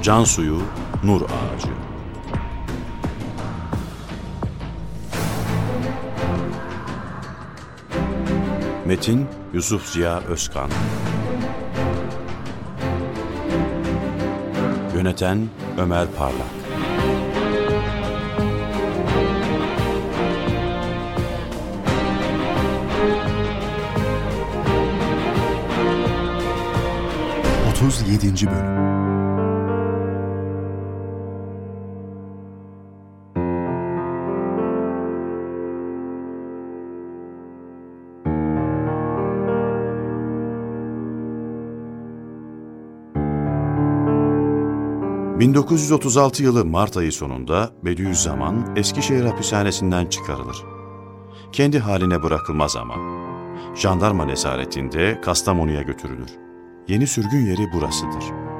Can suyu, nur ağacı. Metin Yusuf Ziya Özkan. Yöneten Ömer Parlak. Bölüm. ...1936 yılı Mart ayı sonunda Bediüzzaman Eskişehir hapishanesinden çıkarılır. Kendi haline bırakılmaz ama. Jandarma nezaretinde Kastamonu'ya götürülür. Yeni sürgün yeri burasıdır.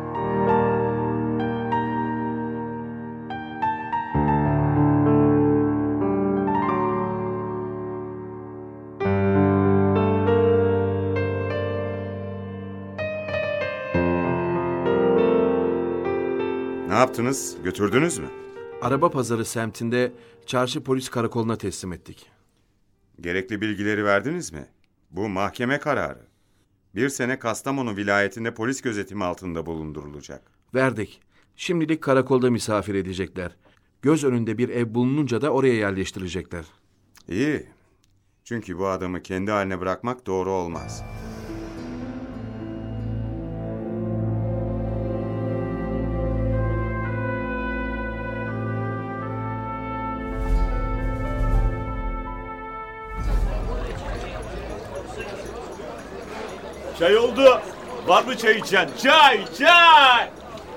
Ne yaptınız? Götürdünüz mü? Araba Pazarı semtinde çarşı polis karakoluna teslim ettik. Gerekli bilgileri verdiniz mi? Bu mahkeme kararı. 1 sene Kastamonu vilayetinde polis gözetimi altında bulundurulacak. Verdik. Şimdilik karakolda misafir edecekler. Göz önünde bir ev bulununca da oraya yerleştirecekler. İyi. Çünkü bu adamı kendi haline bırakmak doğru olmaz. Çay oldu. Var mı çay içen? Çay, çay!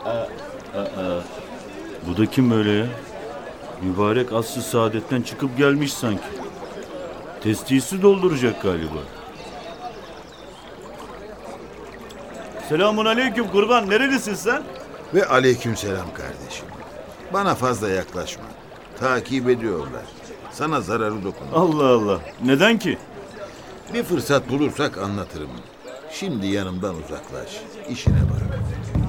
Bu da kim böyle ya? Mübarek asr-ı saadetten çıkıp gelmiş sanki. Testisi dolduracak galiba. Selamun aleyküm kurban. Nerelisin sen? Ve aleykümselam kardeşim. Bana fazla yaklaşma. Takip ediyorlar. Sana zararı dokunur. Allah Allah. Neden ki? Bir fırsat bulursak anlatırım. Şimdi yanımdan uzaklaş. İşine bak.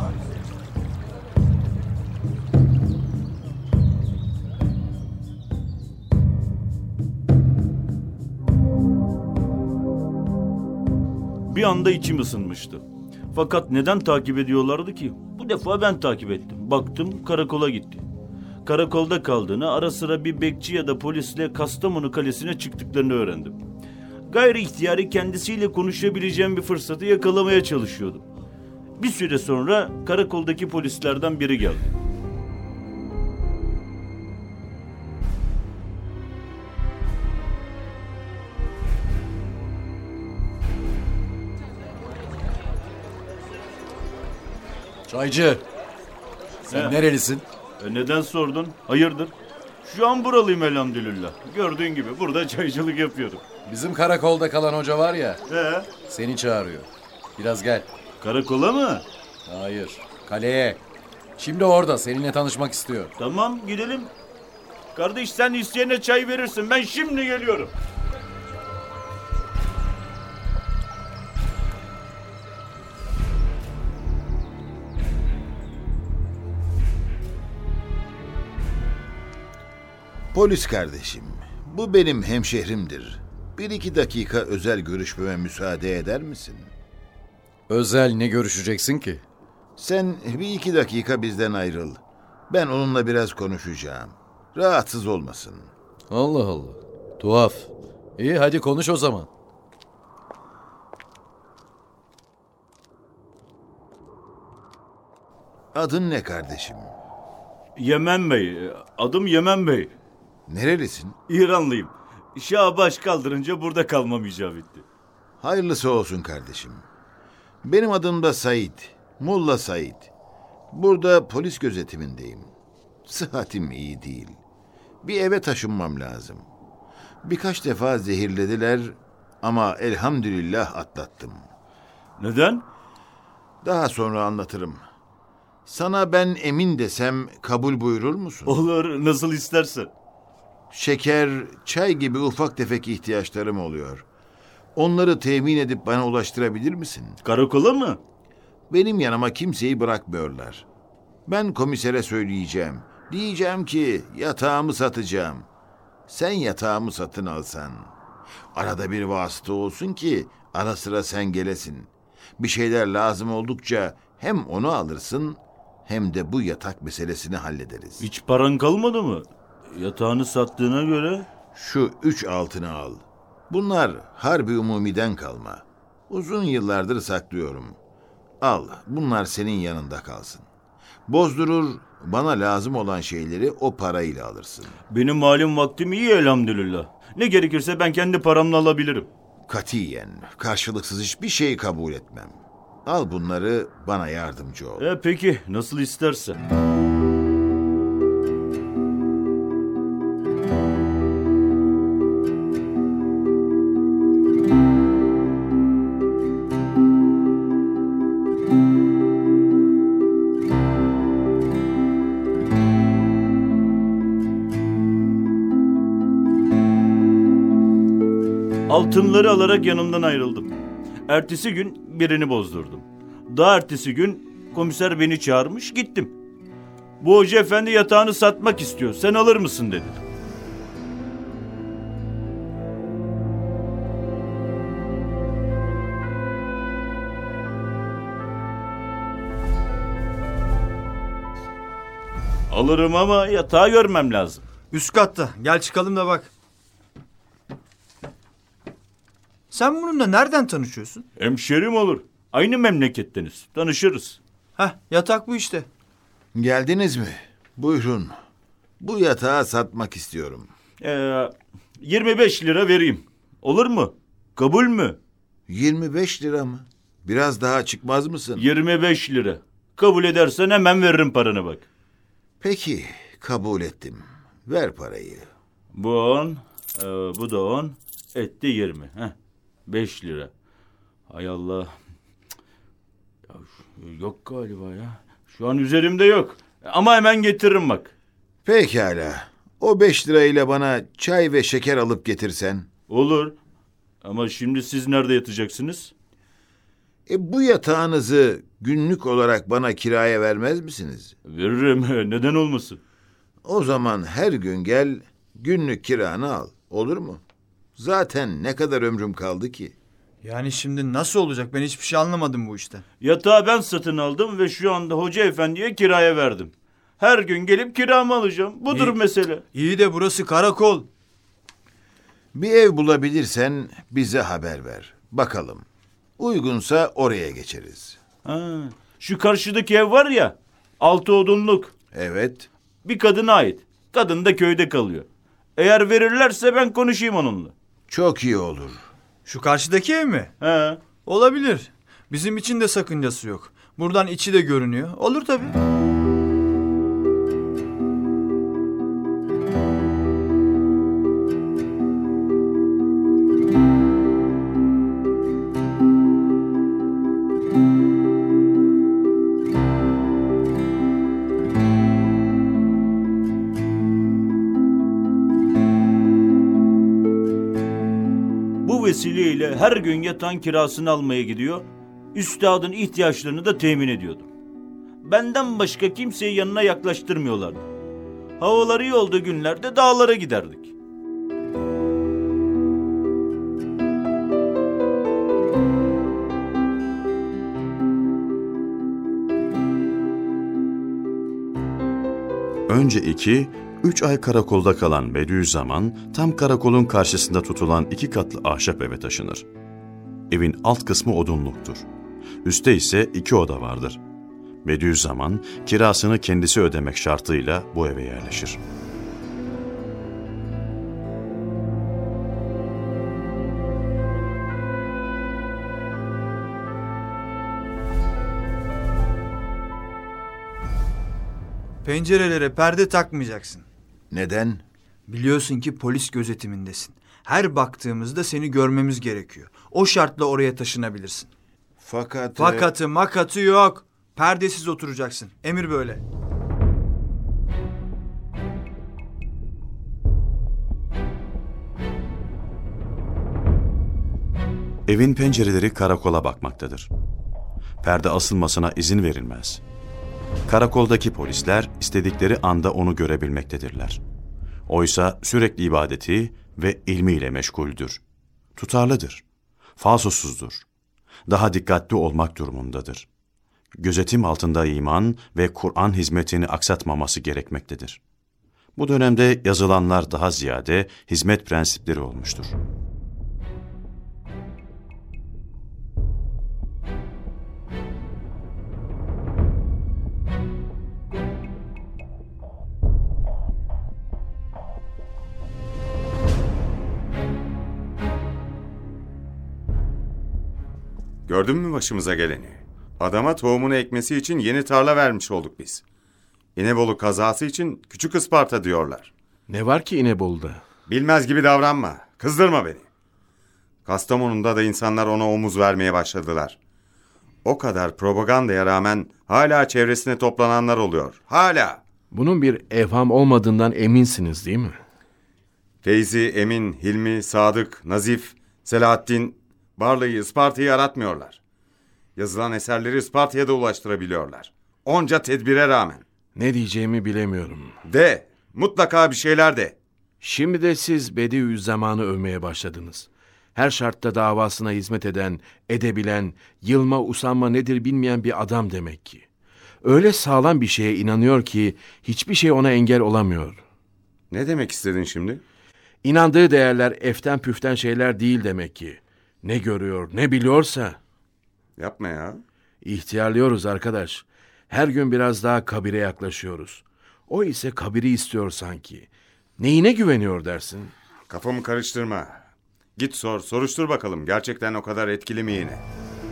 Bir anda içim ısınmıştı. Fakat neden takip ediyorlardı ki? Bu defa ben takip ettim. Baktım karakola gitti. Karakolda kaldığını, ara sıra bir bekçi ya da polisle Kastamonu Kalesi'ne çıktıklarını öğrendim. Gayri ihtiyari kendisiyle konuşabileceğim bir fırsatı yakalamaya çalışıyordum. Bir süre sonra karakoldaki polislerden biri geldi. Çaycı, sen nerelisin? Neden sordun? Hayırdır? Şu an buralıyım elhamdülillah. Gördüğün gibi burada çaycılık yapıyorum. Bizim karakolda kalan hoca var ya, He? seni çağırıyor. Biraz gel. Karakola mı? Hayır, kaleye. Şimdi orada, seninle tanışmak istiyor. Tamam gidelim. Kardeş sen isteyene çay verirsin. Ben şimdi geliyorum. Polis kardeşim, bu benim hemşehrimdir. 1-2 dakika özel görüşmeme müsaade eder misin? Özel ne görüşeceksin ki? Sen 1-2 dakika bizden ayrıl. Ben onunla biraz konuşacağım. Rahatsız olmasın. Allah Allah, tuhaf. İyi hadi konuş o zaman. Adın ne kardeşim? Yemen Bey. Adım Yemen Bey. Nerelisin? İranlıyım. Şah baş kaldırınca burada kalmam icap etti. Hayırlısı olsun kardeşim. Benim adım da Said. Molla Said. Burada polis gözetimindeyim. Sıhhatim iyi değil. Bir eve taşınmam lazım. Birkaç defa zehirlediler ama elhamdülillah atlattım. Neden? Daha sonra anlatırım. Sana ben Emin desem kabul buyurur musun? Olur, nasıl istersen. Şeker, çay gibi ufak tefek ihtiyaçlarım oluyor. Onları temin edip bana ulaştırabilir misin? Karakola mı? Benim yanıma kimseyi bırakmıyorlar. Ben komisere söyleyeceğim. Diyeceğim ki yatağımı satacağım. Sen yatağımı satın alsan. Arada bir vasıta olsun ki ara sıra sen gelesin. Bir şeyler lazım oldukça hem onu alırsın hem de bu yatak meselesini hallederiz. Hiç paran kalmadı mı? Yatağını sattığına göre... Şu 3 altını al. Bunlar Harbi Umumi'den kalma. Uzun yıllardır saklıyorum. Al, bunlar senin yanında kalsın. Bozdurur, bana lazım olan şeyleri o parayla alırsın. Benim malum vaktim iyi elhamdülillah. Ne gerekirse ben kendi paramla alabilirim. Katiyen, karşılıksız hiçbir şey kabul etmem. Al bunları, bana yardımcı ol. Peki, nasıl istersen. Altınları alarak yanımdan ayrıldım. Ertesi gün birini bozdurdum. Daha ertesi gün komiser beni çağırmış, gittim. Bu hoca efendi yatağını satmak istiyor, sen alır mısın dedi. Alırım ama yatağı görmem lazım. Üst katta. Gel çıkalım da bak. Sen bununla nereden tanışıyorsun? Hemşerim olur. Aynı memleketteniz. Tanışırız. Heh, yatak bu işte. Geldiniz mi? Buyurun. Bu yatağı satmak istiyorum. 25 lira vereyim. Olur mu? Kabul mü? 25 lira mı? Biraz daha çıkmaz mısın? 25 lira. Kabul edersen hemen veririm paranı bak. Peki, kabul ettim. Ver parayı. Bu 10, bu da 10. Etti 20. 5 lira. Hay Allah. Ya, yok galiba ya. Şu an üzerimde yok. Ama hemen getiririm bak. Pekala. O 5 lirayla bana çay ve şeker alıp getirsen. Olur. Ama şimdi siz nerede yatacaksınız? Bu yatağınızı günlük olarak bana kiraya vermez misiniz? Veririm. Neden olmasın? O zaman her gün gel, günlük kiranı al. Olur mu? Zaten ne kadar ömrüm kaldı ki? Yani şimdi nasıl olacak? Ben hiçbir şey anlamadım bu işten. Yatağı ben satın aldım ve şu anda hoca efendiye kiraya verdim. Her gün gelip kiramı alacağım. Budur İyi. mesele. İyi de burası karakol. Bir ev bulabilirsen bize haber ver. Bakalım. Uygunsa oraya geçeriz. Şu karşıdaki ev var ya, 6 odunluk. Evet. Bir kadına ait. Kadın da köyde kalıyor. Eğer verirlerse ben konuşayım onunla. Çok iyi olur. Şu karşıdaki ev mi? He. Olabilir. Bizim için de sakıncası yok. Buradan içi de görünüyor. Olur tabii. Bu vesileyle her gün yatağın kirasını almaya gidiyor, üstadın ihtiyaçlarını da temin ediyordum. Benden başka kimseyi yanına yaklaştırmıyorlardı. Havaları iyi olduğu günlerde dağlara giderdik. Önce 2-3 ay karakolda kalan Bediüzzaman, tam karakolun karşısında tutulan 2 katlı ahşap eve taşınır. Evin alt kısmı odunluktur. Üste ise 2 oda vardır. Bediüzzaman, kirasını kendisi ödemek şartıyla bu eve yerleşir. Pencerelere perde takmayacaksın. Neden? Biliyorsun ki polis gözetimindesin. Her baktığımızda seni görmemiz gerekiyor. O şartla oraya taşınabilirsin. Fakat... Fakatı makatı yok. Perdesiz oturacaksın. Emir böyle. Evin pencereleri karakola bakmaktadır. Perde asılmasına izin verilmez. Karakoldaki polisler istedikleri anda onu görebilmektedirler. Oysa sürekli ibadeti ve ilmiyle meşguldür. Tutarlıdır. Falsosuzdur. Daha dikkatli olmak durumundadır. Gözetim altında iman ve Kur'an hizmetini aksatmaması gerekmektedir. Bu dönemde yazılanlar daha ziyade hizmet prensipleri olmuştur. Gördün mü başımıza geleni? Adama tohumunu ekmesi için yeni tarla vermiş olduk biz. İnebolu kazası için Küçük Isparta diyorlar. Ne var ki İnebolu'da? Bilmez gibi davranma. Kızdırma beni. Kastamonu'da da insanlar ona omuz vermeye başladılar. O kadar propagandaya rağmen hala çevresine toplananlar oluyor. Hala. Bunun bir evham olmadığından eminsiniz değil mi? Feyzi, Emin, Hilmi, Sadık, Nazif, Selahattin, Barla'yı, Isparta'yı aratmıyorlar. Yazılan eserleri Isparta'ya da ulaştırabiliyorlar. Onca tedbire rağmen. Ne diyeceğimi bilemiyorum. De, mutlaka bir şeyler de. Şimdi de siz Bediüzzaman'ı övmeye başladınız. Her şartta davasına hizmet eden, edebilen, yılma usanma nedir bilmeyen bir adam demek ki. Öyle sağlam bir şeye inanıyor ki hiçbir şey ona engel olamıyor. Ne demek istedin şimdi? İnandığı değerler eften püften şeyler değil demek ki. Ne görüyor, ne biliyorsa. Yapma ya. İhtiyarlıyoruz arkadaş. Her gün biraz daha kabire yaklaşıyoruz. O ise kabiri istiyor sanki. Neyine güveniyor dersin? Kafamı karıştırma. Git sor, soruştur bakalım. Gerçekten o kadar etkili mi yine?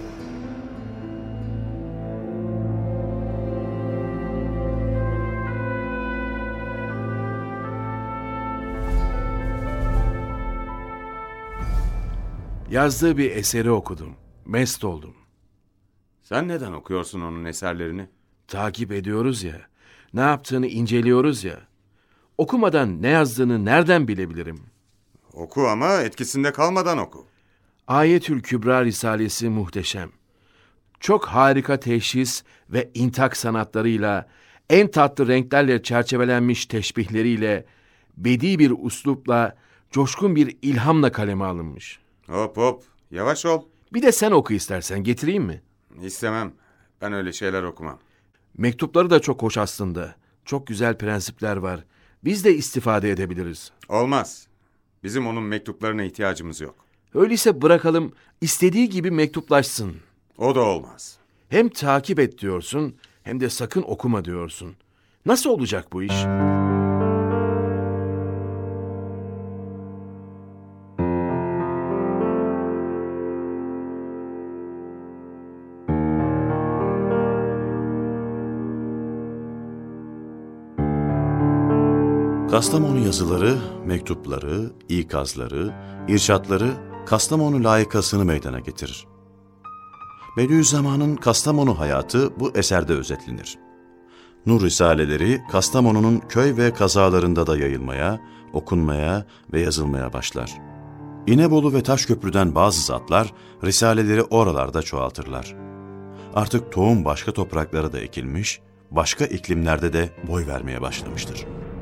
Yazdığı bir eseri okudum. Mest oldum. Sen neden okuyorsun onun eserlerini? Takip ediyoruz ya. Ne yaptığını inceliyoruz ya. Okumadan ne yazdığını nereden bilebilirim? Oku ama etkisinde kalmadan oku. Ayetül Kübra Risalesi muhteşem. Çok harika teşhis ve intak sanatlarıyla, en tatlı renklerle çerçevelenmiş teşbihleriyle, bedi bir üslupla, coşkun bir ilhamla kaleme alınmış. Hop hop, yavaş ol. Bir de sen oku istersen, getireyim mi? İstemem. Ben öyle şeyler okumam. Mektupları da çok hoş aslında. Çok güzel prensipler var. Biz de istifade edebiliriz. Olmaz. Bizim onun mektuplarına ihtiyacımız yok. Öyleyse bırakalım, istediği gibi mektuplaşsın. O da olmaz. Hem takip et diyorsun, hem de sakın okuma diyorsun. Nasıl olacak bu iş? Kastamonu yazıları, mektupları, ikazları, irşatları Kastamonu layıkasını meydana getirir. Bediüzzaman'ın Kastamonu hayatı bu eserde özetlenir. Nur Risaleleri Kastamonu'nun köy ve kazalarında da yayılmaya, okunmaya ve yazılmaya başlar. İnebolu ve Taşköprü'den bazı zatlar Risaleleri oralarda çoğaltırlar. Artık tohum başka topraklara da ekilmiş, başka iklimlerde de boy vermeye başlamıştır.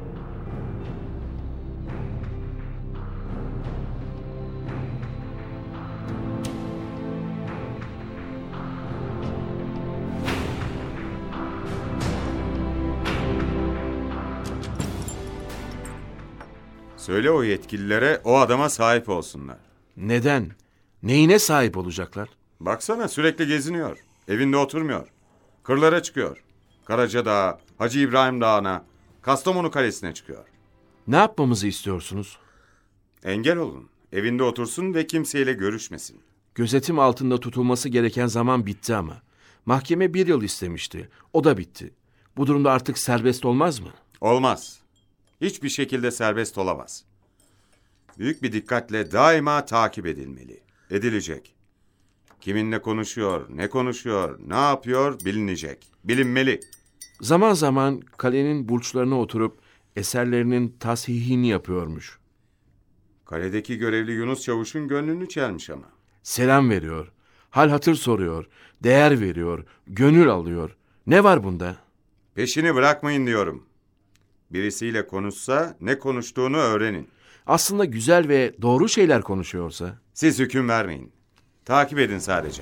Söyle o yetkililere o adama sahip olsunlar. Neden? Neyine sahip olacaklar? Baksana sürekli geziniyor. Evinde oturmuyor. Kırlara çıkıyor. Karacadağ, Hacı İbrahim Dağı'na, Kastamonu Kalesi'ne çıkıyor. Ne yapmamızı istiyorsunuz? Engel olun. Evinde otursun ve kimseyle görüşmesin. Gözetim altında tutulması gereken zaman bitti ama. Mahkeme 1 yıl istemişti. O da bitti. Bu durumda artık serbest olmaz mı? Olmaz. Hiçbir şekilde serbest olamaz. Büyük bir dikkatle daima takip edilmeli. Edilecek. Kiminle konuşuyor, ne yapıyor bilinecek. Bilinmeli. Zaman zaman kalenin burçlarına oturup eserlerinin tasihini yapıyormuş. Kaledeki görevli Yunus Çavuş'un gönlünü çelmiş ama. Selam veriyor, hal hatır soruyor, değer veriyor, gönül alıyor. Ne var bunda? Peşini bırakmayın diyorum. Birisiyle konuşsa ne konuştuğunu öğrenin. Aslında güzel ve doğru şeyler konuşuyorsa. Siz hüküm vermeyin. Takip edin sadece.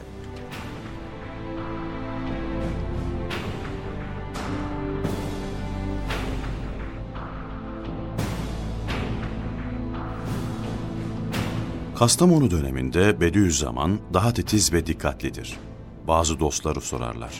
Kastamonu döneminde Bediüzzaman daha titiz ve dikkatlidir. Bazı dostları sorarlar.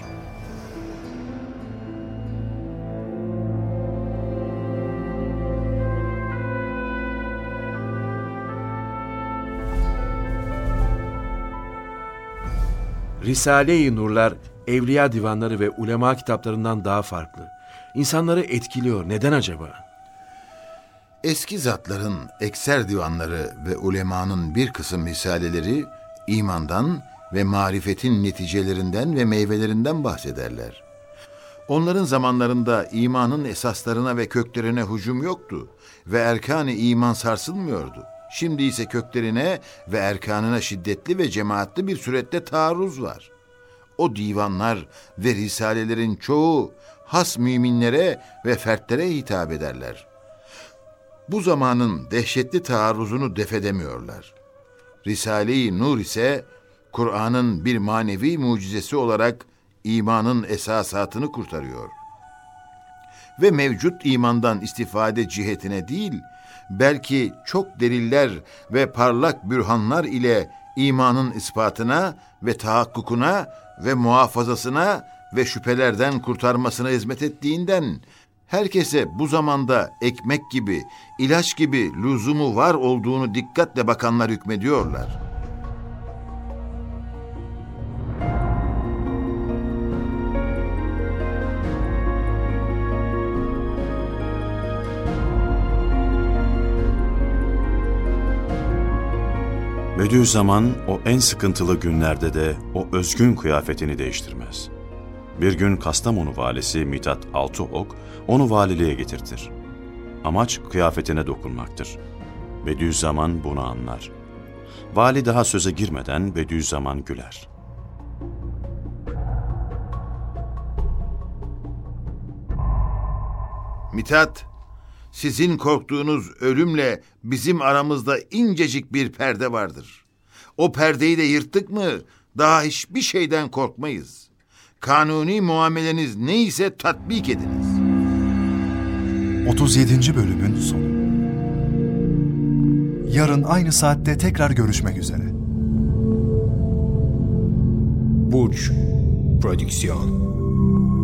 Risale-i Nurlar, evliya divanları ve ulema kitaplarından daha farklı. İnsanları etkiliyor. Neden acaba? Eski zatların ekser divanları ve ulemanın bir kısım risaleleri imandan ve marifetin neticelerinden ve meyvelerinden bahsederler. Onların zamanlarında imanın esaslarına ve köklerine hücum yoktu ve erkan-ı iman sarsılmıyordu. Şimdi ise köklerine ve erkanına şiddetli ve cemaatli bir surette taarruz var. O divanlar ve risalelerin çoğu has müminlere ve fertlere hitap ederler. Bu zamanın dehşetli taarruzunu def edemiyorlar. Risale-i Nur ise Kur'an'ın bir manevi mucizesi olarak imanın esasatını kurtarıyor. Ve mevcut imandan istifade cihetine değil, belki çok deliller ve parlak bürhanlar ile imanın ispatına ve tahakkukuna ve muhafazasına ve şüphelerden kurtarmasına hizmet ettiğinden, herkese bu zamanda ekmek gibi, ilaç gibi lüzumu var olduğunu dikkatle bakanlar hükmediyorlar. Bediüzzaman o en sıkıntılı günlerde de o özgün kıyafetini değiştirmez. Bir gün Kastamonu valisi Mithat Altıok onu valiliğe getirtir. Amaç kıyafetine dokunmaktır. Bediüzzaman bunu anlar. Vali daha söze girmeden Bediüzzaman güler. Mithat, sizin korktuğunuz ölümle bizim aramızda incecik bir perde vardır. O perdeyi de yırttık mı daha hiçbir şeyden korkmayız. Kanuni muameleniz neyse tatbik ediniz. 37. bölümün sonu. Yarın aynı saatte tekrar görüşmek üzere. Burç Prodüksiyon.